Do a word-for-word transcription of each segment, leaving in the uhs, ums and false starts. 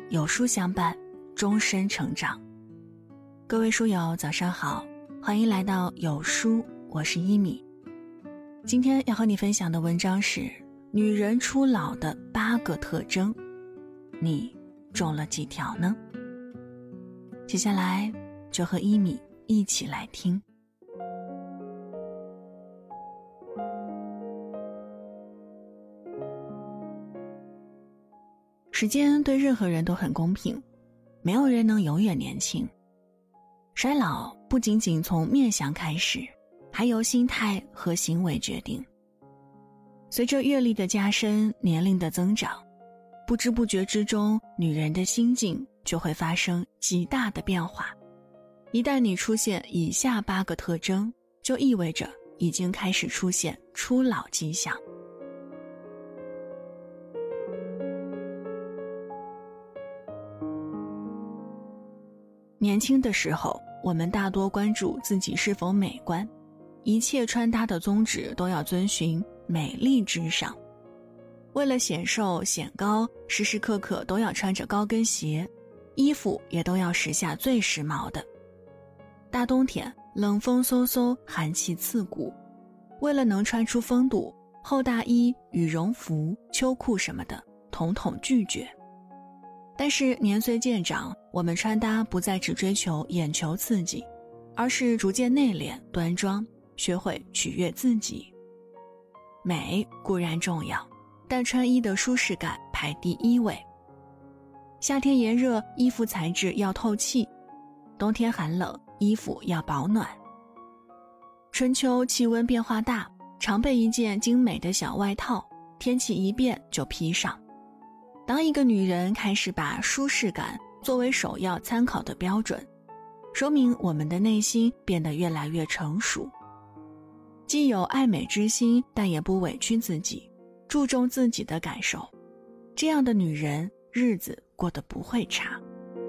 有书相伴，终身成长。各位书友早上好，欢迎来到有书，我是一米。今天要和你分享的文章是女人初老的八个特征，你中了几条呢？接下来就和一米一起来听。时间对任何人都很公平，没有人能永远年轻。衰老不仅仅从面相开始，还由心态和行为决定。随着阅历的加深，年龄的增长，不知不觉之中，女人的心境就会发生极大的变化。一旦你出现以下八个特征，就意味着已经开始出现初老迹象。年轻的时候，我们大多关注自己是否美观，一切穿搭的宗旨都要遵循美丽至上。为了显瘦显高，时时刻刻都要穿着高跟鞋，衣服也都要时下最时髦的。大冬天冷风嗖嗖，寒气刺骨，为了能穿出风度，厚大衣、羽绒服、秋裤什么的统统拒绝。但是年岁渐长，我们穿搭不再只追求眼球刺激，而是逐渐内敛端庄，学会取悦自己。美固然重要，但穿衣的舒适感排第一位。夏天炎热，衣服材质要透气；冬天寒冷，衣服要保暖。春秋气温变化大，常备一件精美的小外套，天气一变就披上。当一个女人开始把舒适感作为首要参考的标准，说明我们的内心变得越来越成熟，既有爱美之心，但也不委屈自己，注重自己的感受。这样的女人，日子过得不会差。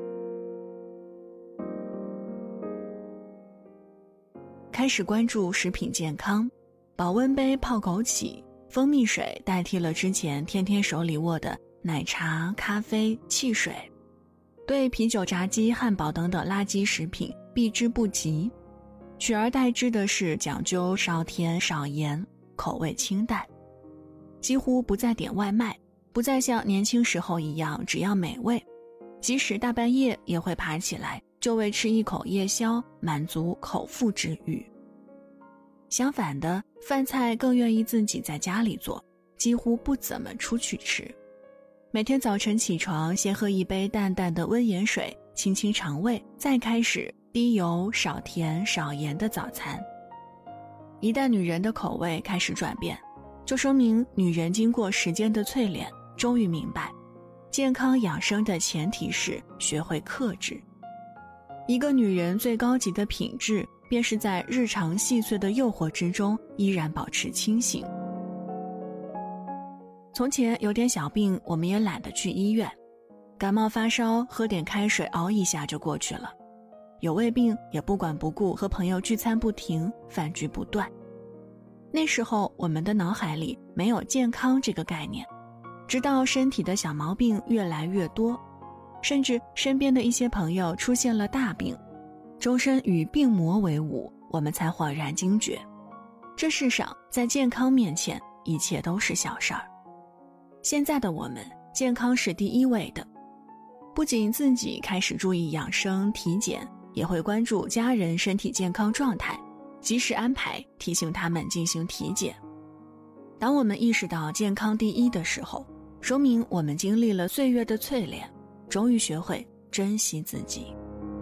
开始关注食品健康，保温杯泡枸杞，蜂蜜水代替了之前天天手里握的奶茶、咖啡、汽水，对啤酒、炸鸡、汉堡等等垃圾食品避之不及，取而代之的是讲究少甜少盐，口味清淡，几乎不再点外卖，不再像年轻时候一样只要美味，即使大半夜也会爬起来就为吃一口夜宵满足口腹之欲。相反的，饭菜更愿意自己在家里做，几乎不怎么出去吃。每天早晨起床，先喝一杯淡淡的温盐水，清清肠胃，再开始低油、少甜、少盐的早餐。一旦女人的口味开始转变，就说明女人经过时间的淬炼，终于明白，健康养生的前提是学会克制。一个女人最高级的品质，便是在日常细碎的诱惑之中，依然保持清醒。从前有点小病，我们也懒得去医院，感冒发烧喝点开水熬一下就过去了。有胃病也不管不顾，和朋友聚餐不停，饭局不断。那时候我们的脑海里没有健康这个概念，直到身体的小毛病越来越多，甚至身边的一些朋友出现了大病，终身与病魔为伍，我们才恍然惊觉，这世上在健康面前一切都是小事儿。现在的我们，健康是第一位的，不仅自己开始注意养生体检，也会关注家人身体健康状态，及时安排提醒他们进行体检。当我们意识到健康第一的时候，说明我们经历了岁月的淬炼，终于学会珍惜自己。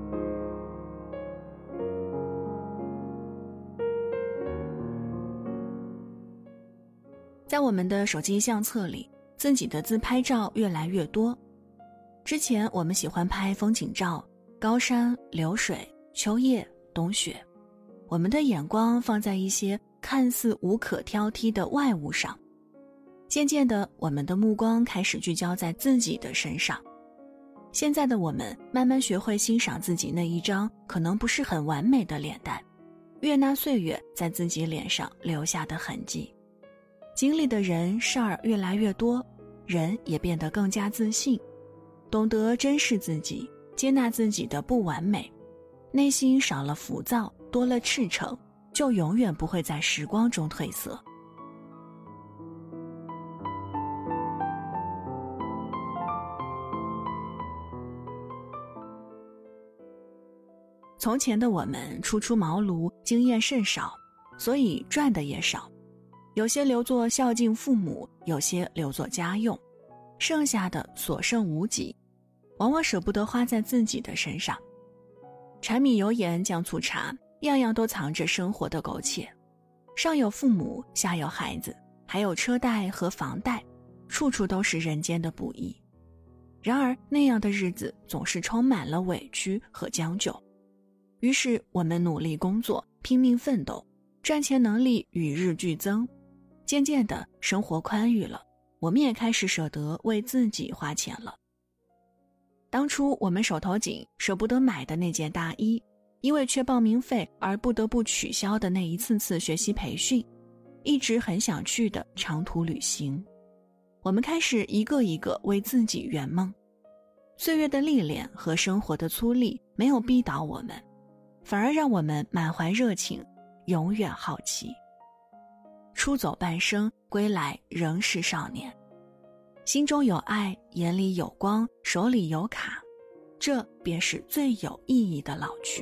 在我们的手机相册里，自己的自拍照越来越多。之前我们喜欢拍风景照，高山、流水、秋叶、冬雪，我们的眼光放在一些看似无可挑剔的外物上。渐渐的，我们的目光开始聚焦在自己的身上。现在的我们慢慢学会欣赏自己那一张可能不是很完美的脸蛋，悦纳岁月在自己脸上留下的痕迹。经历的人事儿越来越多，人也变得更加自信。 懂得珍视自己，接纳自己的不完美，内心少了浮躁，多了赤诚，就永远不会在时光中褪色。从前的我们初出茅庐，经验甚少，所以赚的也少，有些留作孝敬父母，有些留作家用，剩下的所剩无几，往往舍不得花在自己的身上。柴米油盐酱醋茶，样样都藏着生活的苟且，上有父母，下有孩子，还有车贷和房贷，处处都是人间的不易。然而那样的日子总是充满了委屈和将就，于是我们努力工作，拼命奋斗，赚钱能力与日俱增，渐渐的生活宽裕了，我们也开始舍得为自己花钱了。当初我们手头紧，舍不得买的那件大衣，因为缺报名费而不得不取消的那一次次学习培训，一直很想去的长途旅行，我们开始一个一个为自己圆梦。岁月的历练和生活的粗粝没有逼倒我们，反而让我们满怀热情，永远好奇。出走半生，归来仍是少年，心中有爱，眼里有光，手里有卡，这便是最有意义的老去。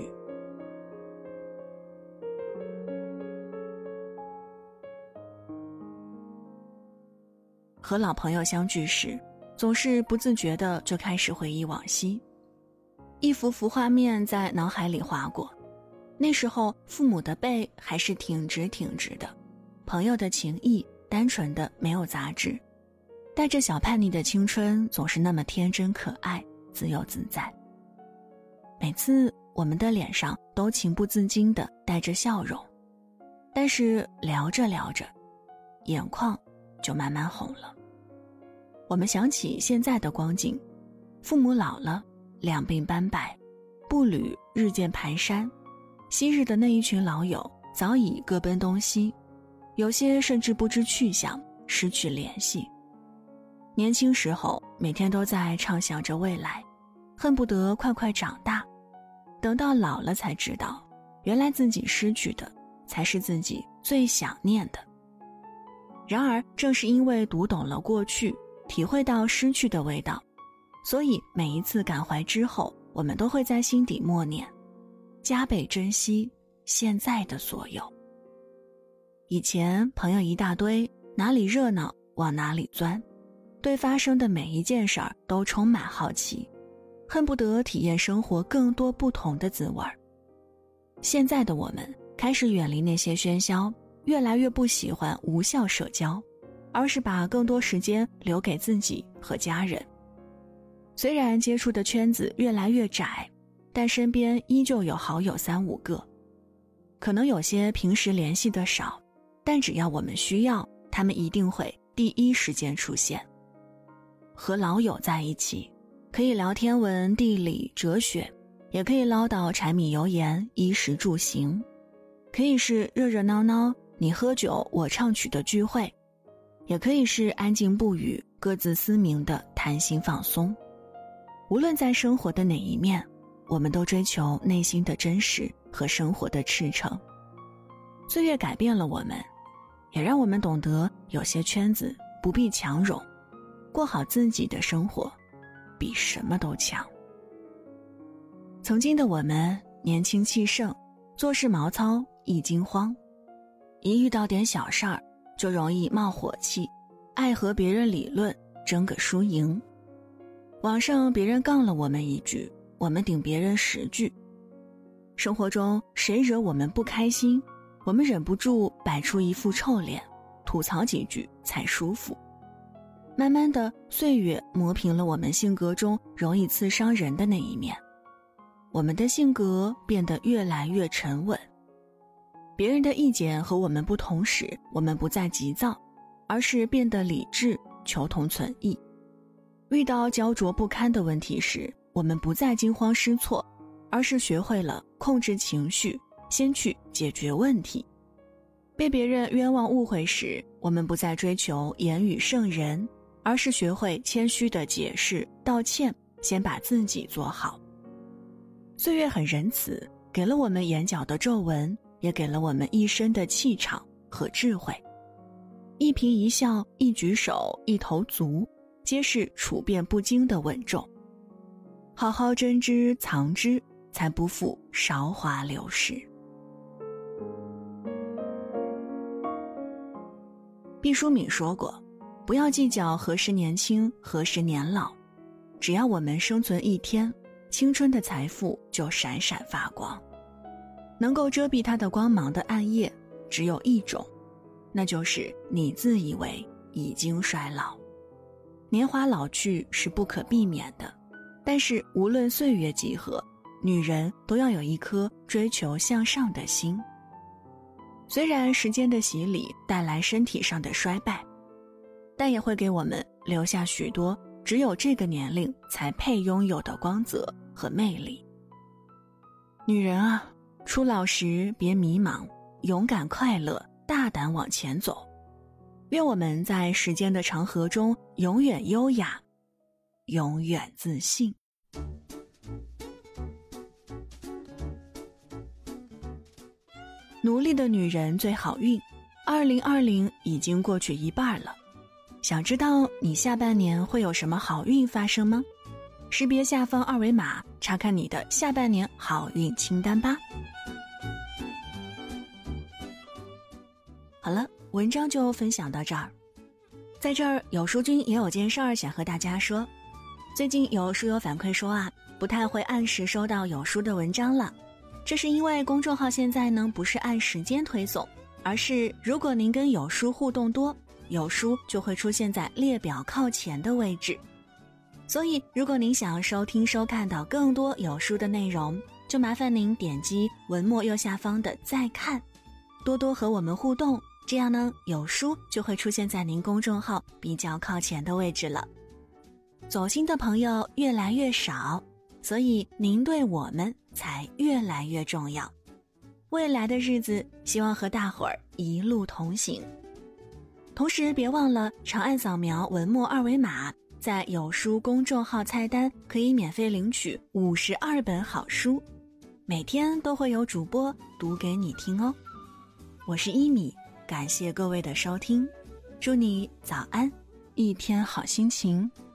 和老朋友相聚时，总是不自觉地就开始回忆往昔，一幅幅画面在脑海里划过。那时候父母的背还是挺直挺直的，朋友的情谊单纯的没有杂质，带着小叛逆的青春总是那么天真可爱，自由自在。每次我们的脸上都情不自禁地带着笑容，但是聊着聊着，眼眶就慢慢红了。我们想起现在的光景，父母老了，两鬓斑白，步履日渐蹒跚，昔日的那一群老友早已各奔东西，有些甚至不知去向，失去联系。年轻时候每天都在畅想着未来，恨不得快快长大，等到老了才知道，原来自己失去的才是自己最想念的。然而正是因为读懂了过去，体会到失去的味道，所以每一次感怀之后，我们都会在心底默念，加倍珍惜现在的所有。以前朋友一大堆，哪里热闹往哪里钻，对发生的每一件事儿都充满好奇，恨不得体验生活更多不同的滋味。现在的我们开始远离那些喧嚣，越来越不喜欢无效社交，而是把更多时间留给自己和家人。虽然接触的圈子越来越窄，但身边依旧有好友三五个，可能有些平时联系的少，但只要我们需要，他们一定会第一时间出现。和老友在一起，可以聊天文、地理、哲学，也可以唠叨柴米油盐、衣食住行，可以是热热闹闹你喝酒我唱曲的聚会，也可以是安静不语各自思鸣的谈心放松。无论在生活的哪一面，我们都追求内心的真实和生活的赤诚。岁月改变了我们，也让我们懂得有些圈子不必强融，过好自己的生活比什么都强。曾经的我们年轻气盛，做事毛糙易惊慌，一遇到点小事儿就容易冒火气，爱和别人理论，争个输赢。网上别人杠了我们一句，我们顶别人十句。生活中谁惹我们不开心，我们忍不住摆出一副臭脸，吐槽几句才舒服。慢慢的，岁月磨平了我们性格中容易刺伤人的那一面，我们的性格变得越来越沉稳。别人的意见和我们不同时，我们不再急躁，而是变得理智，求同存异。遇到焦灼不堪的问题时，我们不再惊慌失措，而是学会了控制情绪，先去解决问题。被别人冤枉误会时，我们不再追求言语胜人，而是学会谦虚的解释、道歉， 先把自己做好。岁月很仁慈，给了我们眼角的皱纹，也给了我们一身的气场和智慧。一颦一笑，一举手，一头足，皆是处变不惊的稳重。好好珍之藏之，才不负韶华流逝。毕淑敏说过，不要计较何时年轻，何时年老，只要我们生存一天，青春的财富就闪闪发光。能够遮蔽它的光芒的暗夜只有一种，那就是你自以为已经衰老。年华老去是不可避免的，但是无论岁月几何，女人都要有一颗追求向上的心。虽然时间的洗礼带来身体上的衰败，但也会给我们留下许多只有这个年龄才配拥有的光泽和魅力。女人啊，初老时别迷茫，勇敢快乐，大胆往前走。愿我们在时间的长河中永远优雅，永远自信。努力的女人最好运，二零二零已经过去一半了。想知道你下半年会有什么好运发生吗？识别下方二维码，查看你的下半年好运清单吧。好了，文章就分享到这儿。在这儿，有书君也有件事儿想和大家说。最近有书友反馈说啊，不太会按时收到有书的文章了。这是因为公众号现在呢不是按时间推送，而是如果您跟有书互动多，有书就会出现在列表靠前的位置。所以如果您想要收听收看到更多有书的内容，就麻烦您点击文末右下方的再看，多多和我们互动，这样呢有书就会出现在您公众号比较靠前的位置了。走心的朋友越来越少，所以您对我们才越来越重要。未来的日子，希望和大伙儿一路同行。同时别忘了长按扫描文末二维码，在有书公众号菜单可以免费领取五十二本好书，每天都会有主播读给你听哦。我是一米，感谢各位的收听，祝你早安，一天好心情。